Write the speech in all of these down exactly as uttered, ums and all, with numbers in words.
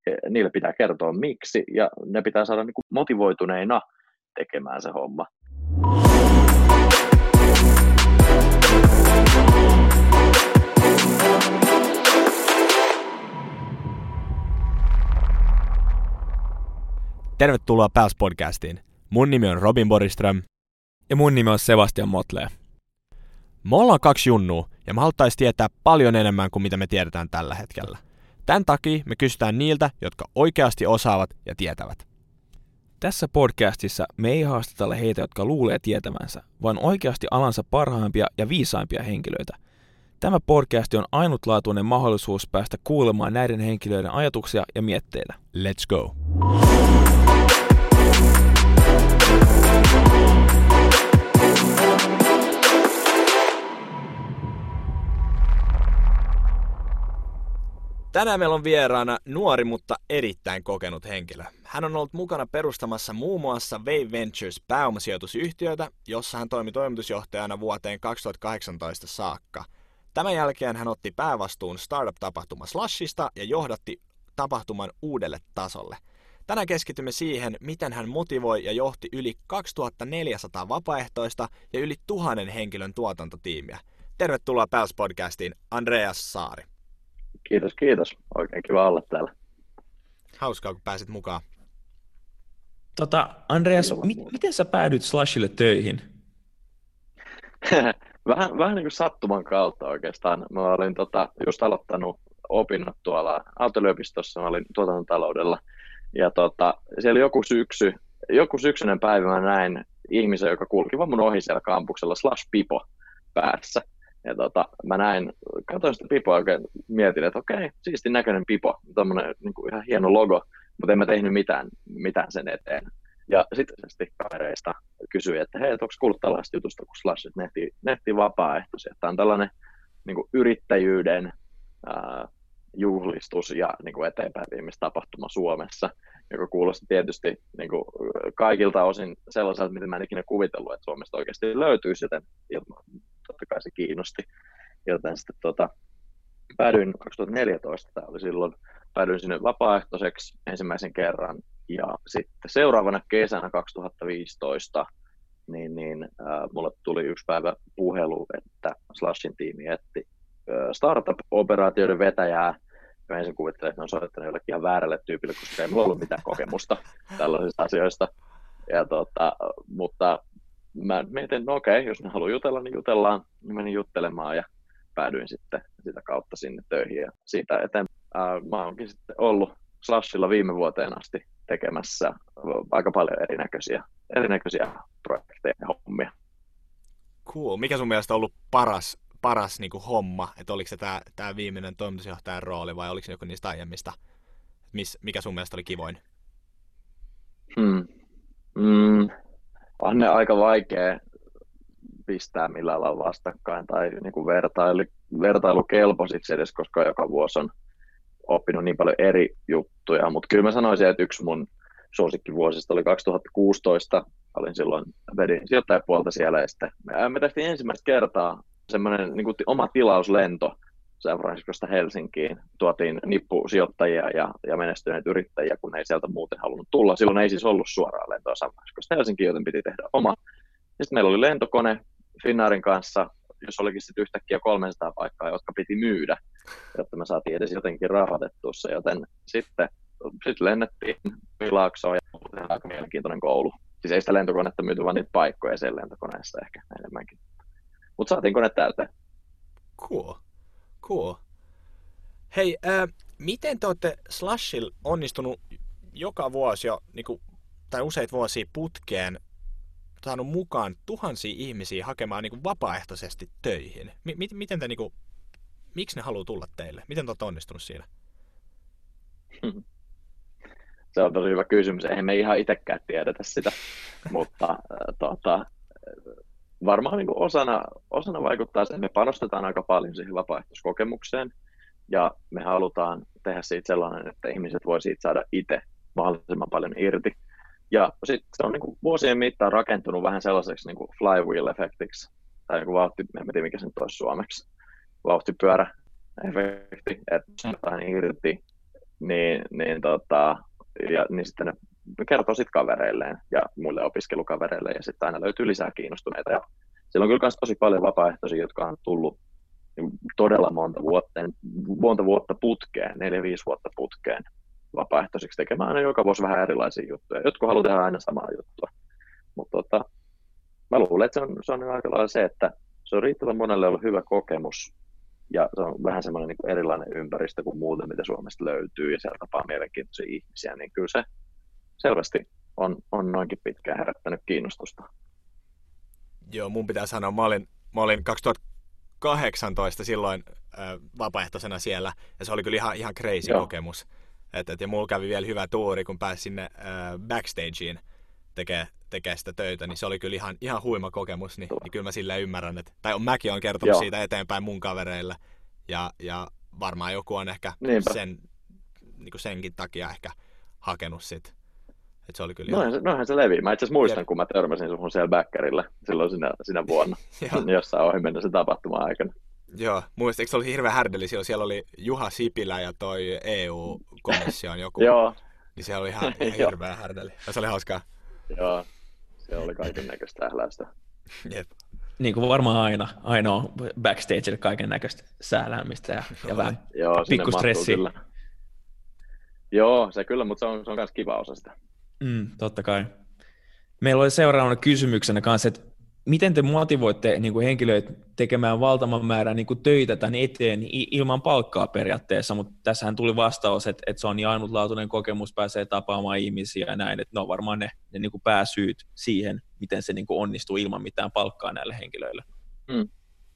niille pitää kertoa miksi, ja ne pitää saada niin kuin motivoituneina tekemään se homma. Tervetuloa P A S-podcastiin. Mun nimi on Robin Boriström. Ja mun nimi on Sebastian Motley. Me ollaan kaksi junnua, ja me haluttais tietää paljon enemmän kuin mitä me tiedetään tällä hetkellä. Tän takia me kysytään niiltä, jotka oikeasti osaavat ja tietävät. Tässä podcastissa me ei haastatella heitä, jotka luulee tietävänsä, vaan oikeasti alansa parhaimpia ja viisaimpia henkilöitä. Tämä podcast on ainutlaatuinen mahdollisuus päästä kuulemaan näiden henkilöiden ajatuksia ja mietteitä. Let's go! Tänään meillä on vieraana nuori, mutta erittäin kokenut henkilö. Hän on ollut mukana perustamassa muun muassa Wave Ventures pääomasijoitusyhtiötä, jossa hän toimi toimitusjohtajana vuoteen kaksituhattakahdeksantoista saakka. Tämän jälkeen hän otti päävastuun startup-tapahtuma Slushista ja johdatti tapahtuman uudelle tasolle. Tänään keskitymme siihen, miten hän motivoi ja johti yli kaksituhattaneljäsataa vapaaehtoista ja yli tuhannen henkilön tuotantotiimiä. Tervetuloa P A S-podcastiin, Andreas Saari. Kiitos, kiitos. Oikein kiva olla täällä. Hauskaa, kun pääsit mukaan. Tota, Andreas, mi- miten sä päädyit Slushille töihin? vähän, vähän niin kuin sattuman kautta oikeastaan. Mä olin tota, just aloittanut opinnot tuolla Aalto-yliopistossa, mä olin tuotantotaloudella. Ja tota, siellä joku syksy, joku syksyinen päivä mä näin ihmisen, joka kulki vaan mun ohi siellä kampuksella, Slush Pipo päässä. Ja tota, mä näin, katsoin sitä Pipoa oikein, mietin, että okei, siistin näköinen Pipo, tommonen niin kuin ihan hieno logo, mutta en mä tehnyt mitään, mitään sen eteen. Ja sitten se kavereista kysyi, että hei, onko kuullut tällaista jutusta kuin Slush, netti, netti vapaaehtoisia. Tämä on tällainen niin kuin yrittäjyyden ää, juhlistus ja niin kuin eteenpäin viimeistapahtuma Suomessa, joka kuulosti tietysti niin kuin kaikilta osin sellaiselta, mitä mä en ikinä kuvitellut, että Suomesta oikeasti löytyisi, joten totta kai se kiinnosti. Joten sitten tota, päädyin kaksituhattaneljätoista, tämä oli silloin, päädyin sinne vapaaehtoiseksi ensimmäisen kerran, ja sitten seuraavana kesänä kaksituhattaviisitoista, niin, niin äh, mulle tuli yksi päivä puhelu, että Slushin tiimi etti äh, startup-operaatioiden vetäjää, ja ensin kuvittelin, että ne on soittanut jollekin ihan väärälle tyypille, koska ei mulla ollut mitään kokemusta tällaisista asioista. Ja tota, mutta mä mietin, no okei, jos ne haluaa jutella, niin jutellaan. Mä menin juttelemaan ja päädyin sitten sitä kautta sinne töihin. Ja siitä eteenpäin ää, mä oonkin sitten ollut Slushilla viime vuoteen asti tekemässä aika paljon erinäköisiä, erinäköisiä projekteja ja hommia. Cool. Mikä sun mielestä on ollut paras, paras niin kuin homma? Että oliko se tämä, tämä viimeinen toimitusjohtajan rooli vai oliko se joku niistä aiemmista? Mis, mikä sun mielestä oli kivoin? Hmm. Mm. On ne aika vaikea pistää millään lailla vastakkain tai niin kuin vertailu, vertailukelpoisiksi edes, koska joka vuosi on oppinut niin paljon eri juttuja, mutta kyllä mä sanoisin, että yksi mun suosikkivuosista oli kaksituhattakuusitoista, olin silloin, vedin sijoittajapuolta siellä ja sitten me, me tehtiin ensimmäistä kertaa semmoinen niin kuin oma tilauslento San Franciscosta Helsinkiin, tuotiin nippusijoittajia ja, ja menestyneitä yrittäjiä, kun ei sieltä muuten halunnut tulla. Silloin ei siis ollut suoraa lentoa San Franciscosta Helsinkiin, joten piti tehdä oma. Ja sitten meillä oli lentokone Finnairin kanssa, jos olikin sitten yhtäkkiä kolmesataa paikkaa, jotka piti myydä, jotta me saatiin edes jotenkin rahoitettua se, joten sitten sit lennettiin Pilaaksoon ja oli aika mielenkiintoinen koulu. Siis ei sitä lentokonetta myyty, vaan niitä paikkoja sen lentokoneessa ehkä enemmänkin. Mutta saatiin kone täyteen. Cool. Cool. Hei, äh, miten te olette Slushilla onnistunut joka vuosi jo, niin kuin, tai useita vuosia putkeen, saanut mukaan tuhansia ihmisiä hakemaan niin kuin vapaaehtoisesti töihin? M- miten te, niin kuin, miksi ne haluaa tulla teille? Miten te olette onnistunut siinä? Se on tosi hyvä kysymys. Eihän me ihan itsekään tiedetä sitä, mutta äh, tota, varmaan niin kuin osana, osana vaikuttaa se, että me panostetaan aika paljon siihen vapaaehtoiskokemukseen ja me halutaan tehdä siitä sellainen, että ihmiset voi siitä saada itse mahdollisimman paljon irti. Ja sitten se on niin kuin vuosien mittaan rakentunut vähän sellaiseksi niin kuin flywheel-efektiksi, tai niin kuin vauhti, en tiedä mikä se nyt olisi suomeksi, vauhtipyörä-efekti, että saadaan irti niin, niin, tota, ja, niin sitten ne kertoo sitten kavereilleen ja muille opiskelukavereille, ja sitten aina löytyy lisää kiinnostuneita. Ja siellä on kyllä myös tosi paljon vapaaehtoisia, jotka on tullut todella monta vuotta, monta vuotta putkeen, neljä, viisi vuotta putkeen vapaaehtoisiksi tekemään aina joka vuosi vähän erilaisia juttuja. Jotkut haluaa tehdä aina samaa juttua. Mutta tota, mä luulen, että se on, se on aika lailla se, että se on riittävän monelle ollut hyvä kokemus, ja se on vähän semmoinen niin erilainen ympäristö kuin muuten, mitä Suomesta löytyy, ja siellä tapaa mielenkiintoisia ihmisiä, niin kyllä se selvästi on, on noinkin pitkään herättänyt kiinnostusta. Joo, mun pitää sanoa, mä olin, mä olin kaksituhattakahdeksantoista silloin äh, vapaaehtoisena siellä, ja se oli kyllä ihan, ihan crazy Joo. kokemus. Et, et, ja mulla kävi vielä hyvä tuuri, kun pääsi sinne äh, backstageen tekemään tekee sitä töitä, niin se oli kyllä ihan, ihan huima kokemus, niin, niin kyllä mä silleen ymmärrän, että, tai mäkin olen kertonut Joo. siitä eteenpäin mun kavereille, ja, ja varmaan joku on ehkä sen, niin kuin senkin takia ehkä hakenut sit. Et se oli kyllä noinhan, se, noinhan se levii. Mä itse asiassa muistan, ja... kun mä törmäsin suhun siellä bäkkärillä silloin sinä, sinä vuonna, jossain ohi mennä sen tapahtuma-aikana. Joo, muistin, eikö se oli hirveän härdeli silloin? Siellä oli Juha Sipilä ja toi E U-komission joku. Joo. Niin se oli ihan, ihan hirveän härdeli. Ja se oli hauskaa. Joo, se oli kaiken näköistä ähläistä. Jep. Niin kuin varmaan aina, aina on backstageilla kaiken näköistä sääläämistä ja, ja vähän pikkustressiä. Joo, se kyllä, mutta se on, se on myös kiva osa sitä. Mm, totta kai. Meillä oli seuraavana kysymyksenä kanssa, että miten te motivoitte niin kuin henkilöitä tekemään valtavan määrän niin kuin töitä tämän eteen ilman palkkaa periaatteessa, mutta tässähän tuli vastaus, että, että se on niin ainutlaatuinen kokemus, pääsee tapaamaan ihmisiä ja näin, että ne on varmaan ne, ne niin kuin pääsyyt siihen, miten se niin kuin onnistuu ilman mitään palkkaa näille henkilöille. Hmm.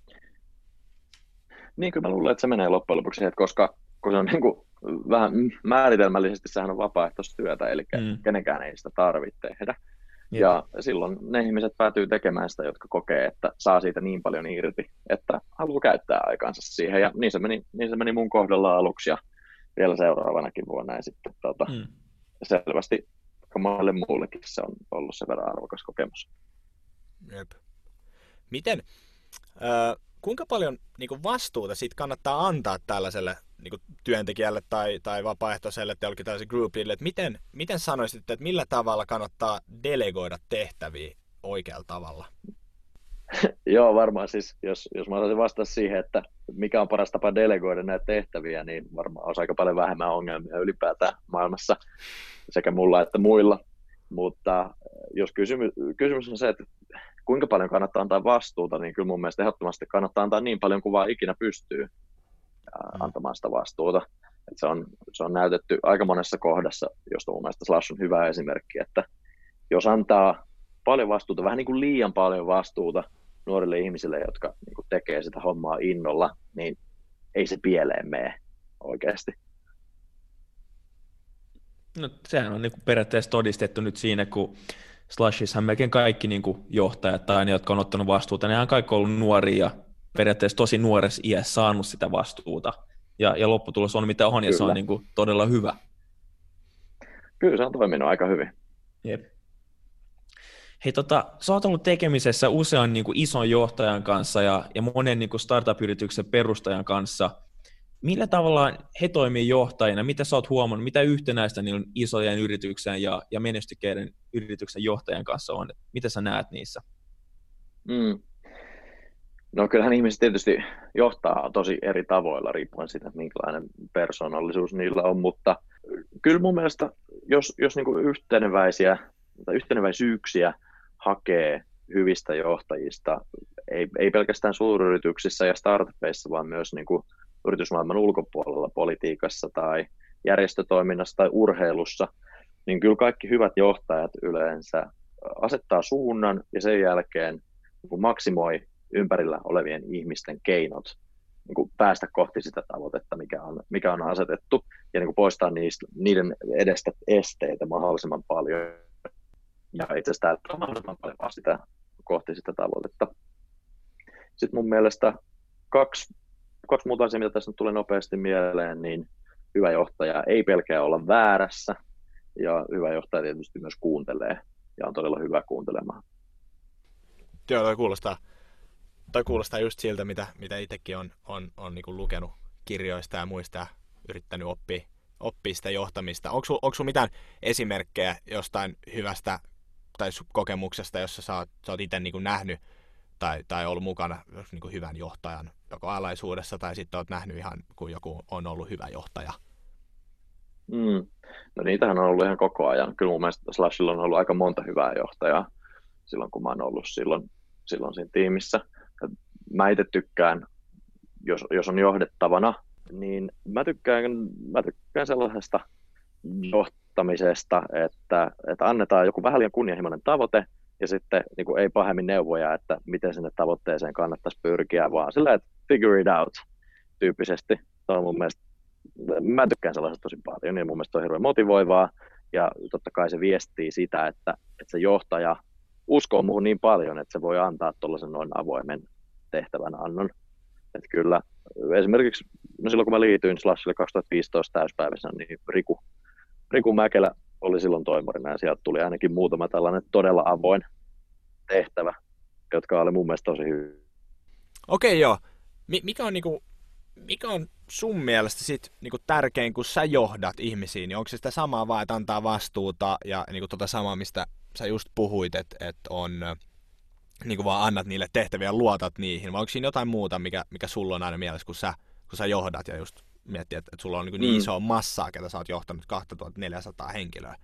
Niin kyllä mä luulen, että se menee loppujen lopuksi siihen, että koska kun se on niin kuin vähän määritelmällisesti, sehän on vapaaehtoistyötä, eli hmm. kenenkään ei sitä tarvitse tehdä. Ja silloin ne ihmiset päätyy tekemään sitä, jotka kokee, että saa siitä niin paljon irti, että haluaa käyttää aikansa siihen. Ja niin se meni, niin se meni mun kohdalla aluksi ja vielä seuraavanakin vuonna. Ja sitten tuota, mm. selvästi monelle muullekin se on ollut sen verran arvokas kokemus. Jep. Miten, äh, kuinka paljon niin kuin vastuuta sit kannattaa antaa tällaiselle niin kuin työntekijälle tai, tai vapaaehtoiselle tai jollekin tällaiselle groupille, että miten, miten sanoisitte, että millä tavalla kannattaa delegoida tehtäviä oikealla tavalla? Joo, varmaan siis, jos, jos mä osaisin vastata siihen, että mikä on paras tapa delegoida näitä tehtäviä, niin varmaan olisi aika paljon vähemmän ongelmia ylipäätään maailmassa, sekä mulla että muilla. Mutta jos kysymys, kysymys on se, että kuinka paljon kannattaa antaa vastuuta, niin kyllä mun mielestä ehdottomasti kannattaa antaa niin paljon kuin vaan ikinä pystyy antamaan sitä vastuuta. Et se, on, se on näytetty aika monessa kohdassa, josta mun mielestä Slash on hyvä esimerkki, että jos antaa paljon vastuuta, vähän niin kuin liian paljon vastuuta nuorille ihmisille, jotka niin kuin tekee sitä hommaa innolla, niin ei se pieleen mene oikeasti. No, sehän on niin kuin periaatteessa todistettu nyt siinä, kun Slashissahan melkein kaikki niin kuin johtajat tai ne, jotka on ottanut vastuuta, ne on kaikki ollut nuoria ja periaatteessa tosi nuoressa iässä saanut sitä vastuuta. Ja, ja lopputulos on mitä on, ja Kyllä. se on niin kuin todella hyvä. Kyllä se on toiminut aika hyvin. Jep. Hei, tota, sä oot ollut tekemisessä usean niin kuin ison johtajan kanssa ja, ja monen niin kuin startup-yrityksen perustajan kanssa. Millä tavalla he toimii johtajina? Mitä sä oot huomannut? Mitä yhtenäistä niillä isojen yrityksen ja, ja menestykkeiden yrityksen johtajan kanssa on? Mitä sä näet niissä? Mm. No kyllähän ihmiset tietysti johtaa tosi eri tavoilla, riippuen siitä, minkälainen persoonallisuus niillä on, mutta kyllä mun mielestä, jos, jos niin kuin yhteneväisiä tai yhteneväisyyksiä hakee hyvistä johtajista, ei, ei pelkästään suuryrityksissä ja startupeissa, vaan myös niin kuin yritysmaailman ulkopuolella, politiikassa tai järjestötoiminnassa tai urheilussa, niin kyllä kaikki hyvät johtajat yleensä asettaa suunnan ja sen jälkeen niin maksimoi ympärillä olevien ihmisten keinot niin kuin päästä kohti sitä tavoitetta, mikä on, mikä on asetettu, ja niin kuin poistaa niistä, niiden edestä esteitä mahdollisimman paljon. Ja itse asiassa tämä on mahdollisimman paljon sitä kohti sitä tavoitetta. Sitten mun mielestä kaksi, kaksi muuta asiaa, mitä tässä nyt tulee nopeasti mieleen, niin hyvä johtaja ei pelkää olla väärässä, ja hyvä johtaja tietysti myös kuuntelee, ja on todella hyvä kuuntelemaan. Joo, toi kuulostaa, toi kuulostaa just siltä, mitä, mitä itsekin on, on, on niin kuin lukenut kirjoista ja muista ja yrittänyt oppia, oppia sitä johtamista. Onko sinulla mitään esimerkkejä jostain hyvästä tai kokemuksesta, jossa sä oot, sä oot itse niin kuin nähnyt tai, tai ollut mukana niin kuin hyvän johtajan joko alaisuudessa, tai sitten olet nähnyt ihan, kun joku on ollut hyvä johtaja? Mm. No niitähän on ollut ihan koko ajan. Kyllä mun mielestä Slushilla on ollut aika monta hyvää johtajaa silloin, kun mä oon ollut silloin, silloin siinä tiimissä. Mä itse tykkään, jos, jos on johdettavana, niin mä tykkään, mä tykkään sellaisesta johtamisesta, että, että annetaan joku vähän liian kunnianhimoinen tavoite, ja sitten niin kuin ei pahemmin neuvoja, että miten sinne tavoitteeseen kannattaisi pyrkiä, vaan sillä, että figure it out tyyppisesti. Se on mun mielestä, mä tykkään sellaisesta tosi paljon, ja mun mielestä se on hirveän motivoivaa, ja totta kai se viestii sitä, että, että se johtaja uskoo muuhun niin paljon, että se voi antaa tuollaisen noin avoimen tehtävän annon. Että kyllä, esimerkiksi no silloin kun mä liityin Slushille kaksituhattaviisitoista täyspäiväisenä, niin Riku, Riku Mäkelä oli silloin toimarina, ja sieltä tuli ainakin muutama tällainen todella avoin tehtävä, jotka oli mun mielestä tosi hyvä. Okei, joo. Mikä on, niinku, mikä on sun mielestä sit, niinku, tärkein, kun sä johdat ihmisiä, niin onko se sitä samaa vaan, että antaa vastuuta ja niinku, tota samaa, mistä sä just puhuit, että et on niinku, vaan annat niille tehtäviä ja luotat niihin, vai onko siinä jotain muuta, mikä, mikä sulla on aina mielessä, kun sä, kun sä johdat ja just miettii, että, että sulla on niinku, niin iso massaa, ketä sä oot johtanut kaksituhattaneljäsataa henkilöä?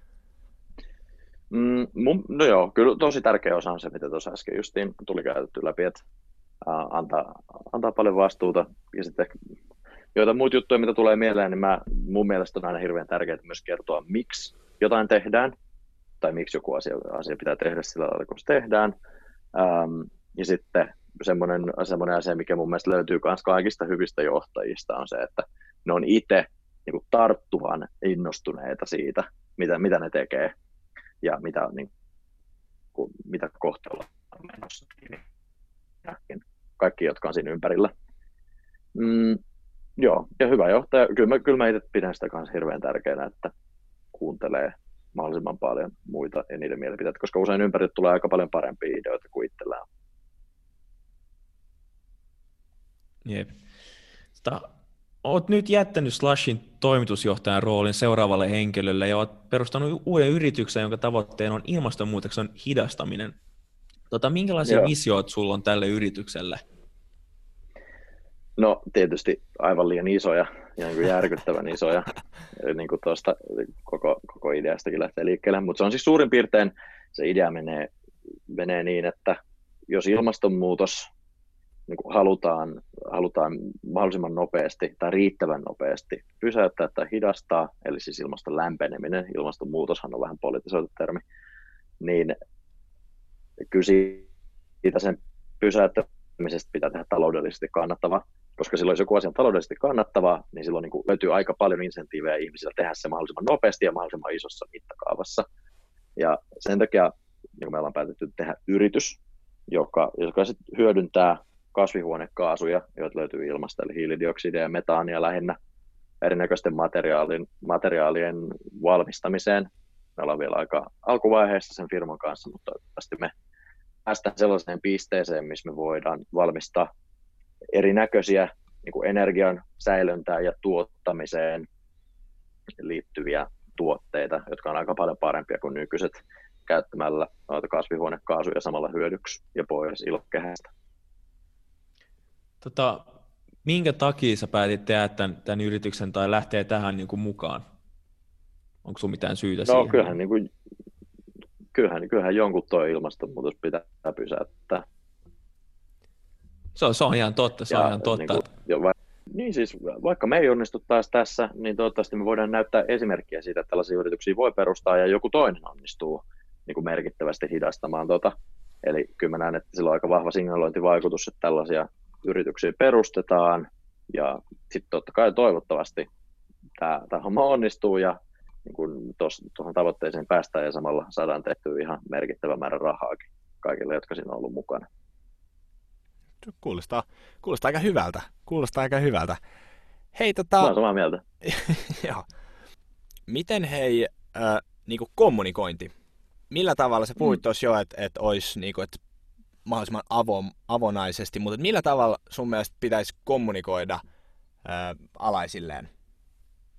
Mm, mun, no joo, kyllä tosi tärkeä osa on se, mitä tuossa äsken justiin tuli käytetty läpi, että uh, antaa, antaa paljon vastuuta, ja sitten joita muut juttuja, mitä tulee mieleen, niin mä, mun mielestä on aina hirveän tärkeää myös kertoa, miksi jotain tehdään, tai miksi joku asia, asia pitää tehdä sillä lailla, kun se tehdään. Um, ja sitten semmoinen, semmoinen asia, mikä mun mielestä löytyy myös kaikista hyvistä johtajista, on se, että ne on itse niin kuin tarttuvan innostuneita siitä, mitä, mitä ne tekee ja mitä, niin kuin, mitä kohta ollaan menossa. Kaikki, jotka on siinä ympärillä. Mm, joo, ja hyvä johtaja. Kyllä mä, kyllä mä itse pidän sitä kanssa hirveän tärkeänä, että kuuntelee mahdollisimman paljon muita ja niiden mielipiteitä, koska usein ympäriltä tulee aika paljon parempia ideoita kuin itsellään. Jep. Tota, oot nyt jättänyt Slushin toimitusjohtajan roolin seuraavalle henkilölle ja oot perustanut uuden yrityksen, jonka tavoitteena on ilmastonmuutoksen hidastaminen. Tota, minkälaisia Joo. visioita sulla on tälle yritykselle? No tietysti aivan liian isoja ja niin kuin järkyttävän isoja, niin kuin tuosta koko, koko ideastakin lähtee liikkeelle, mutta se on siis suurin piirtein, se idea menee, menee niin, että jos ilmastonmuutos niin kuin halutaan, halutaan mahdollisimman nopeasti tai riittävän nopeasti pysäyttää tai hidastaa, eli siis ilmaston lämpeneminen, ilmastonmuutoshan on vähän politisoitu termi, niin kyllä siitä sen pysäyttämisestä pitää tehdä taloudellisesti kannattavaa, koska silloin jos joku asia on taloudellisesti kannattavaa, niin silloin niin kuin löytyy aika paljon insentiivejä ihmisillä tehdä se mahdollisimman nopeasti ja mahdollisimman isossa mittakaavassa. Ja sen takia niin me ollaan päätetty tehdä yritys, joka, joka sit hyödyntää kasvihuonekaasuja, joita löytyy ilmasta, eli hiilidioksidia ja metaania lähinnä erinäköisten materiaalien, materiaalien valmistamiseen. Me ollaan vielä aika alkuvaiheessa sen firman kanssa, mutta toivottavasti me päästään sellaiseen pisteeseen, missä me voidaan valmistaa erinäköisiä niin kuin energian säilöntään ja tuottamiseen liittyviä tuotteita, jotka on aika paljon parempia kuin nykyiset käyttämällä noita kasvihuonekaasuja samalla hyödyksi ja pois ilmakehästä. Tota, minkä takia sä päätit tehdä tämän, tämän yrityksen tai lähteä tähän niin kuin mukaan? Onko sun mitään syytä no, siihen? Kyllähän, niin kuin, kyllähän, kyllähän jonkun tuo ilmastonmuutos pitää pysäyttää. Se on, se on ihan totta, se ja, on ihan totta. Niin, kuin, jo, va, niin siis, vaikka me ei onnistuttaisi tässä, niin toivottavasti me voidaan näyttää esimerkkiä siitä, että tällaisia yrityksiä voi perustaa ja joku toinen onnistuu niin kuin merkittävästi hidastamaan tota. Eli kyllä mä näen, että sillä on aika vahva signalointivaikutus, että tällaisia yrityksiä perustetaan ja sitten totta kai toivottavasti tämä, tämä homma onnistuu ja niin kun tuohon tavoitteeseen päästään ja samalla saadaan tehtyä ihan merkittävä määrä rahaakin kaikille, jotka siinä on ollut mukana. Kuulostaa, kuulostaa aika hyvältä. Kuulostaa aika hyvältä. Hei, tota... Mä oon samaa mieltä. Joo. Miten hei, äh, niinku kommunikointi? Millä tavalla sä puhuit tuossa jo, että et olisi niinku, et mahdollisimman avo, avonaisesti, mutta millä tavalla sun mielestä pitäisi kommunikoida äh, alaisilleen?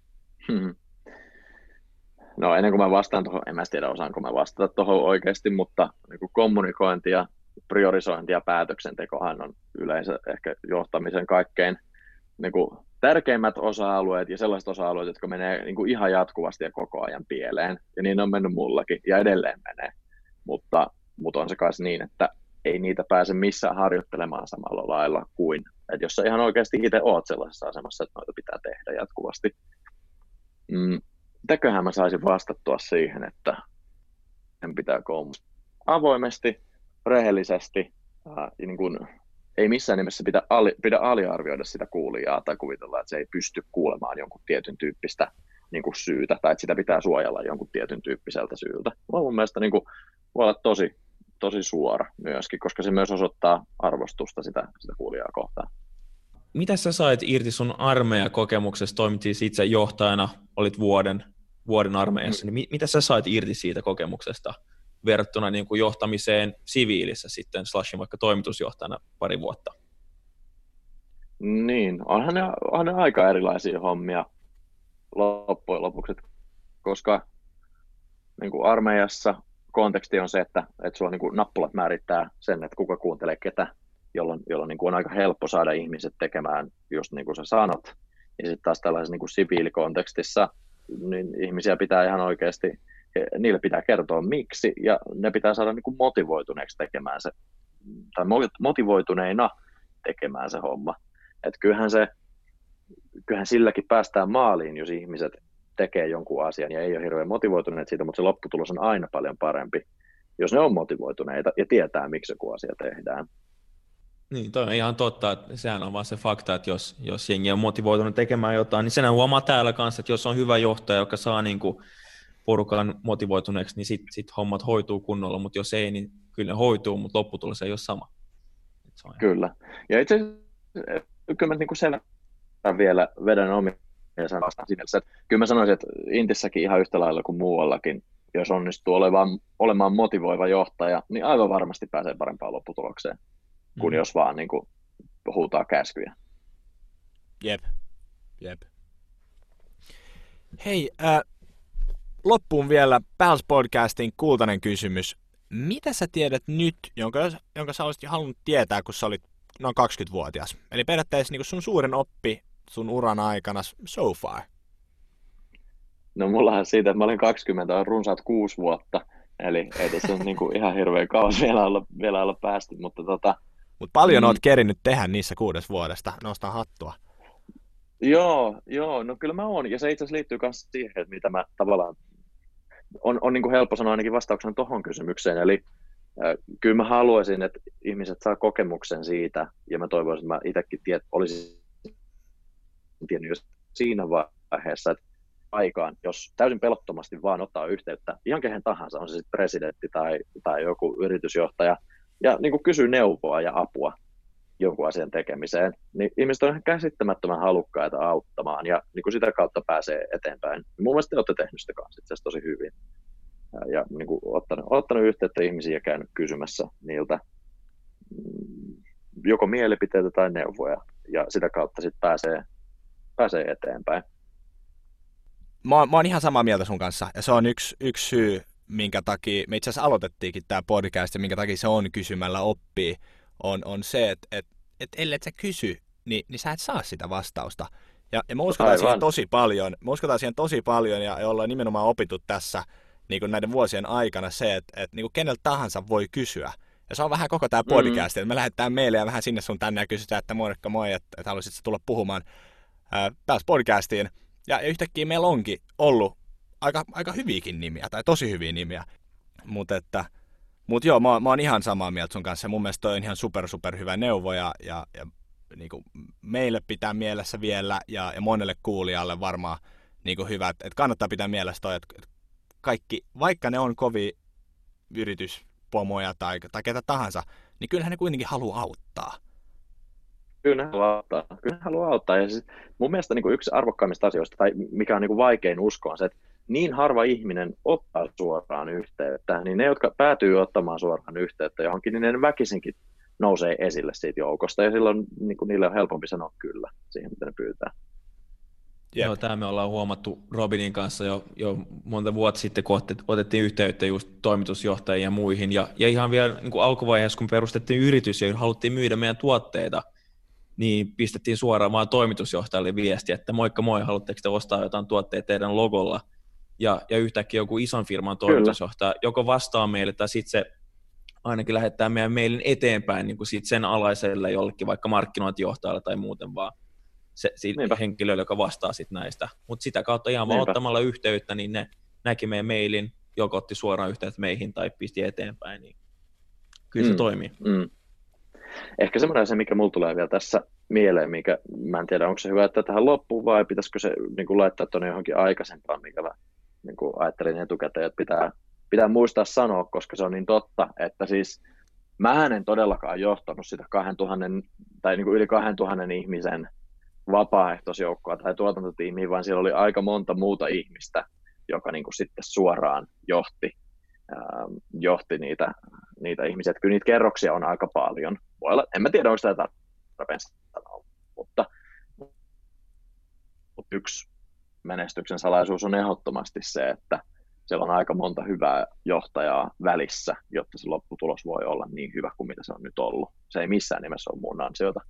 Hmm. No ennen kuin mä vastaan tuohon, en mä tiedä osaanko mä vastata tuohon oikeasti, mutta niin kuin kommunikointi ja priorisointi ja päätöksentekohan on yleensä ehkä johtamisen kaikkein niin kuin tärkeimmät osa-alueet ja sellaiset osa-alueet, jotka menee niin kuin ihan jatkuvasti ja koko ajan pieleen. Ja niin on mennyt mullakin ja edelleen menee. Mutta, mutta on se myös niin, että ei niitä pääse missään harjoittelemaan samalla lailla kuin, että jos sä ihan oikeasti itse oot sellaisessa asemassa, että noita pitää tehdä jatkuvasti. Mm, mitäköhän mä saisin vastattua siihen, että en pitää kommunikoida avoimesti, rehellisesti, ää, niin kuin, ei missään nimessä pidä, ali, pidä aliarvioida sitä kuulijaa tai kuvitella, että se ei pysty kuulemaan jonkun tietyn tyyppistä niin kuin syytä tai että sitä pitää suojella jonkun tietyn tyyppiseltä syyltä. Mun mielestä niin kuin, voi olla tosi, tosi suora myöskin, koska se myös osoittaa arvostusta sitä, sitä kuulijaa kohtaan. Mitä sä sait irti sun armeijakokemuksesta, toimit siis itse johtajana, olit vuoden, vuoden armeijassa, mm. niin mitä sä sait irti siitä kokemuksesta verrattuna niin kuin johtamiseen siviilissä sitten, slashin vaikka toimitusjohtajana pari vuotta? Niin, onhan ne, onhan ne aika erilaisia hommia loppujen lopuksi, koska niin kuin armeijassa konteksti on se, että, että sulla niin kuin nappulat määrittää sen, että kuka kuuntelee ketä, jolloin, jolloin niin kuin on aika helppo saada ihmiset tekemään just niin kuin sä sanot. Ja sitten taas tällaisessa niin kuin siviilikontekstissa niin ihmisiä pitää ihan oikeasti, niille pitää kertoa miksi, ja ne pitää saada niin kuin motivoituneeksi tekemään se, tai motivoituneina tekemään se homma. Että kyllähän, se, kyllähän silläkin päästään maaliin, jos ihmiset tekee jonkun asian ja ei ole hirveän motivoituneet siitä, mutta se lopputulos on aina paljon parempi, jos ne on motivoituneita ja tietää, miksi joku asia tehdään. Niin, toi on ihan totta, että sehän on vaan se fakta, että jos, jos jengi on motivoitunut tekemään jotain, niin sen huomaa täällä kanssa, että jos on hyvä johtaja, joka saa niin kuin porukan motivoituneeksi, niin sitten sit hommat hoituu kunnolla, mutta jos ei, niin kyllä ne hoituu, mutta lopputulos ei ole sama. Se on kyllä. Ja itse asiassa kyllä mä niin kuin sen vielä vedän omia sanastaan siinä mielessä, että kyllä mä sanoisin, että Intissäkin ihan yhtä lailla kuin muuallakin, jos onnistuu olemaan, olemaan motivoiva johtaja, niin aivan varmasti pääsee parempaan lopputulokseen, kuin mm. jos vaan niin kuin huutaa käskyjä. Jep, jep. Hei, äh, loppuun vielä Pals Podcastin kultainen kysymys. Mitä sä tiedät nyt, jonka, jonka sä olisit halunnut tietää, kun sä olit noin kaksikymmentävuotias? Eli periaatteessa niin sun suurin oppi sun uran aikana so far? No mullahan siitä, että mä olin kaksikymmentä, on runsaat kuusi vuotta, eli ei tässä ole niin kuin ihan hirveän kauas vielä olla, vielä olla päästy, mutta tota... Mut paljon mm, oot kerinyt tehdä niissä kuudes vuodesta, nostaa hattua. Joo, joo, no kyllä mä oon, ja se itse asiassa liittyy myös siihen, että mitä mä tavallaan, on, on niin kuin helppo sanoa ainakin vastauksena tohon kysymykseen, eli äh, kyllä mä haluaisin, että ihmiset saa kokemuksen siitä, ja mä toivoisin, että mä itsekin tiedät, olisin tiennyt jos siinä vaiheessa, että aikaan, jos täysin pelottomasti vaan ottaa yhteyttä ihan kehen tahansa, on se sitten presidentti tai, tai joku yritysjohtaja, ja niin kuin kysyy neuvoa ja apua jonkun asian tekemiseen, niin ihmiset on ihan käsittämättömän halukkaita auttamaan, ja niin kuin sitä kautta pääsee eteenpäin. Mun mielestä te olette tehnyt sitä kanssa itse asiassa tosi hyvin, ja, ja niin kuin ottanut, ottanut yhteyttä ihmisiä ja käynyt kysymässä niiltä joko mielipiteitä tai neuvoja, ja sitä kautta sitten pääsee, pääsee eteenpäin. Mä oon, mä oon ihan samaa mieltä sun kanssa, ja se on yksi, yksi syy, minkä takia me itse asiassa aloitettiinkin tämä podcast, ja minkä takia se on kysymällä oppii, on, on se, että et, et ellei sä kysy, niin, niin sä et saa sitä vastausta. Ja, ja me uskotaan Aivan. siihen tosi paljon, me uskotaan siihen tosi paljon, ja, ja ollaan nimenomaan opittu tässä niin kuin näiden vuosien aikana se, että, että niin kuin keneltä tahansa voi kysyä. Ja se on vähän koko tämä podcast, mm-hmm. että me lähdetään meille ja vähän sinne sun tänne ja kysytään, että moikka moi, että, että haluaisitko tulla puhumaan ää, pääs podcastiin. Ja, ja yhtäkkiä meillä onkin ollut aika, aika hyviäkin nimiä, tai tosi hyviä nimiä. Mutta että, mut joo, mä, mä oon ihan samaa mieltä sun kanssa. Mun mielestä toi on ihan super, super hyvä neuvo, ja, ja, ja niin kuin meille pitää mielessä vielä, ja, ja monelle kuulijalle varmaan niin kuin hyvä, että, että kannattaa pitää mielessä toi, että, että kaikki, vaikka ne on kovia yrityspomoja tai, tai ketä tahansa, niin kyllähän ne kuitenkin haluaa auttaa. Kyllä ne haluaa auttaa. Kyllä ne haluaa auttaa. Ja siis mun mielestä niin kuin yksi arvokkaimmista asioista, tai mikä on niin kuin vaikein uskoa, on se, että niin harva ihminen ottaa suoraan yhteyttä, niin ne, jotka päätyy ottamaan suoraan yhteyttä johonkin, niin ne väkisinkin nousee esille siitä joukosta, ja silloin niin kuin niille on helpompi sanoa kyllä siihen, mitä ne pyytää. Joo, tämä me ollaan huomattu Robinin kanssa jo, jo monta vuotta sitten, kun otettiin yhteyttä just toimitusjohtajiin ja muihin, ja, ja ihan vielä niin kuin alkuvaiheessa, kun perustettiin yritys ja haluttiin myydä meidän tuotteita, niin pistettiin suoraan vaan toimitusjohtajalle viesti, että moikka moi, haluatteko te ostaa jotain tuotteita teidän logolla, ja, ja yhtäkkiä joku ison firman toimitusjohtaja Kyllä. joko vastaa meille, tai sitten se ainakin lähettää meidän mailin eteenpäin niin kuin siitä sen alaiselle jollekin vaikka markkinointijohtajalle tai muuten vaan se henkilölle, joka vastaa sit näistä. Mutta sitä kautta ihan vaan ottamalla yhteyttä, niin ne näki meidän mailin, joko otti suoraan yhteyttä meihin tai pisti eteenpäin, niin kyllä mm, se toimii. Mm. Ehkä semmoinen asia, mikä mulla tulee vielä tässä mieleen, mikä mä en tiedä, onko se hyvä, että tähän loppuun vai pitäisikö se niin kuin laittaa tuonne johonkin aikaisempaan, mikä mä niin kuin ajattelin etukäteen, että pitää, pitää muistaa sanoa, koska se on niin totta, että siis mähän en todellakaan johtanut sitä kahdentuhatta tai niin kuin yli kahdentuhannen ihmisen vapaaehtoisjoukkoa tai tuotantotiimiä, vaan siellä oli aika monta muuta ihmistä, joka niin kuin sitten suoraan johti, ähm, johti niitä, niitä ihmisiä. Että kyllä niitä kerroksia on aika paljon. Voi olla, en mä tiedä, onko sitä tarpeen sanoa, mutta, mutta yksi menestyksen salaisuus on ehdottomasti se, että siellä on aika monta hyvää johtajaa välissä, jotta se lopputulos voi olla niin hyvä kuin mitä se on nyt ollut. Se ei missään nimessä ole mun ansiota.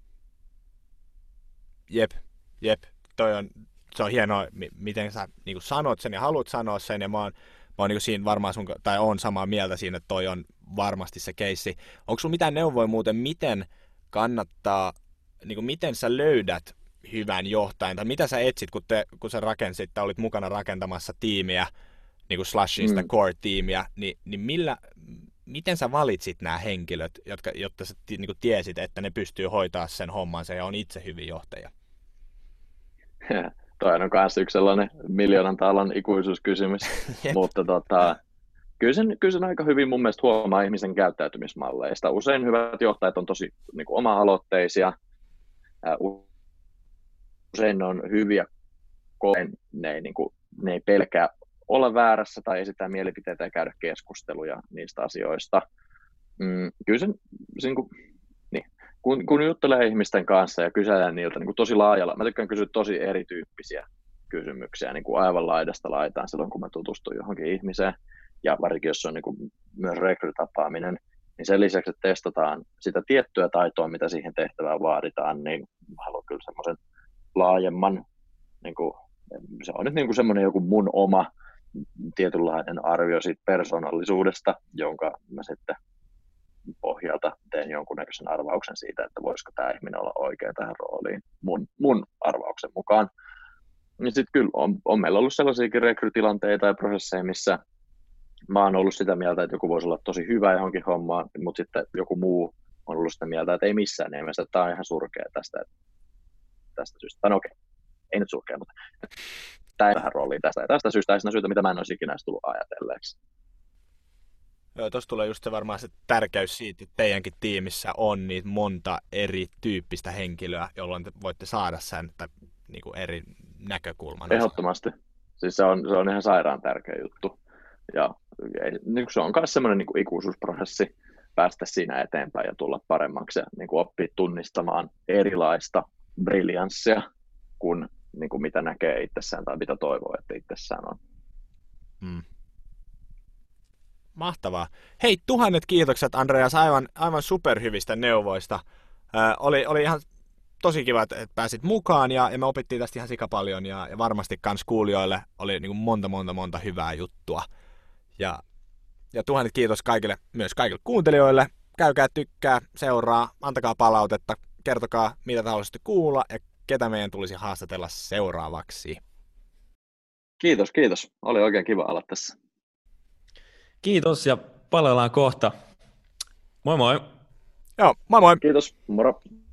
Jep, jep. Toi on, se on hienoa, miten sä niin kuin sanot sen ja haluat sanoa sen, ja mä oon, mä oon niin kuin siinä varmaan sun, tai on samaa mieltä siinä, että toi on varmasti se keissi. Onko sulla mitään neuvoja muuten, miten kannattaa, niin kuin miten sä löydät hyvän johtajan, tai mitä sä etsit, kun, te, kun sä rakensit, tai olit mukana rakentamassa tiimiä, niin kuin Slushin sitä mm. core-tiimiä, niin, niin millä, miten sä valitsit nämä henkilöt, jotka, jotta sä niin kuin tiesit, että ne pystyy hoitaa sen hommansa ja on itse hyvin johtaja? Toi on myös yksi sellainen miljoonan taalan ikuisuuskysymys, mutta tota, kyllä, sen, kyllä sen aika hyvin mun mielestä huomaa ihmisen käyttäytymismalleista. Usein hyvät johtajat on tosi niin kuin oma-aloitteisia, usein ne on hyviä, ne ei, niin kuin, ne ei pelkää olla väärässä tai esittää mielipiteitä ja käydä keskusteluja niistä asioista. Mm, kyllä sen, sen kun, niin, kun, kun juttelee ihmisten kanssa ja kyselee niiltä niin kuin tosi laajalla, mä tykkään kysyä tosi erityyppisiä kysymyksiä niin kuin aivan laidasta laitaan silloin, kun mä tutustun johonkin ihmiseen, ja varsinkin jos on niin kuin myös rekrytapaaminen, niin sen lisäksi, että testataan sitä tiettyä taitoa, mitä siihen tehtävään vaaditaan, niin mä haluan kyllä semmoisen laajemman, niin kuin, se on nyt niin kuin semmoinen joku mun oma tietynlainen arvio siitä persoonallisuudesta, jonka mä sitten pohjalta teen jonkunnäköisen arvauksen siitä, että voisiko tämä ihminen olla oikea tähän rooliin mun, mun arvauksen mukaan. Ja sitten kyllä on, on meillä ollut sellaisiakin rekrytilanteita ja prosesseja, missä mä oon ollut sitä mieltä, että joku voisi olla tosi hyvä johonkin hommaan, mutta sitten joku muu on ollut sitä mieltä, että ei missään nimessä, että tämä on ihan surkea tästä, tästä syystä. Tai no okei, ei nyt surkea, mutta tämä ei tähän rooliin tästä ja tästä syystä, ja syytä, mitä mä en olisi ikinä edes tullut ajatelleeksi. Joo, tuossa tulee just se varmaan se tärkeys siitä, että teidänkin tiimissä on niitä monta eri tyyppistä henkilöä, jolloin te voitte saada sen tai, niin kuin eri näkökulman. Ehdottomasti. Siis se on, se on ihan sairaan tärkeä juttu. Ja niin se on myös semmoinen niin ikuisuusprosessi päästä siinä eteenpäin ja tulla paremmaksi ja niin kuin oppia tunnistamaan erilaista briljanssia kuin, niin kuin mitä näkee itsessään tai mitä toivoo, että itsessään on. Hmm. Mahtavaa. Hei, tuhannet kiitokset Andreas aivan, aivan superhyvistä neuvoista. Ö, oli, oli ihan tosi kiva, että pääsit mukaan ja, ja me opittiin tästä ihan sika paljon ja, ja varmasti kans kuulijoille oli niin kuin monta monta monta hyvää juttua. Ja, ja tuhannet kiitos kaikille, myös kaikille kuuntelijoille. Käykää, tykkää, seuraa, antakaa palautetta, kertokaa mitä te haluaisitte kuulla ja ketä meidän tulisi haastatella seuraavaksi. Kiitos, kiitos. Oli oikein kiva olla tässä. Kiitos ja palellaan kohta. Moi moi. Joo, moi moi. Kiitos, moro.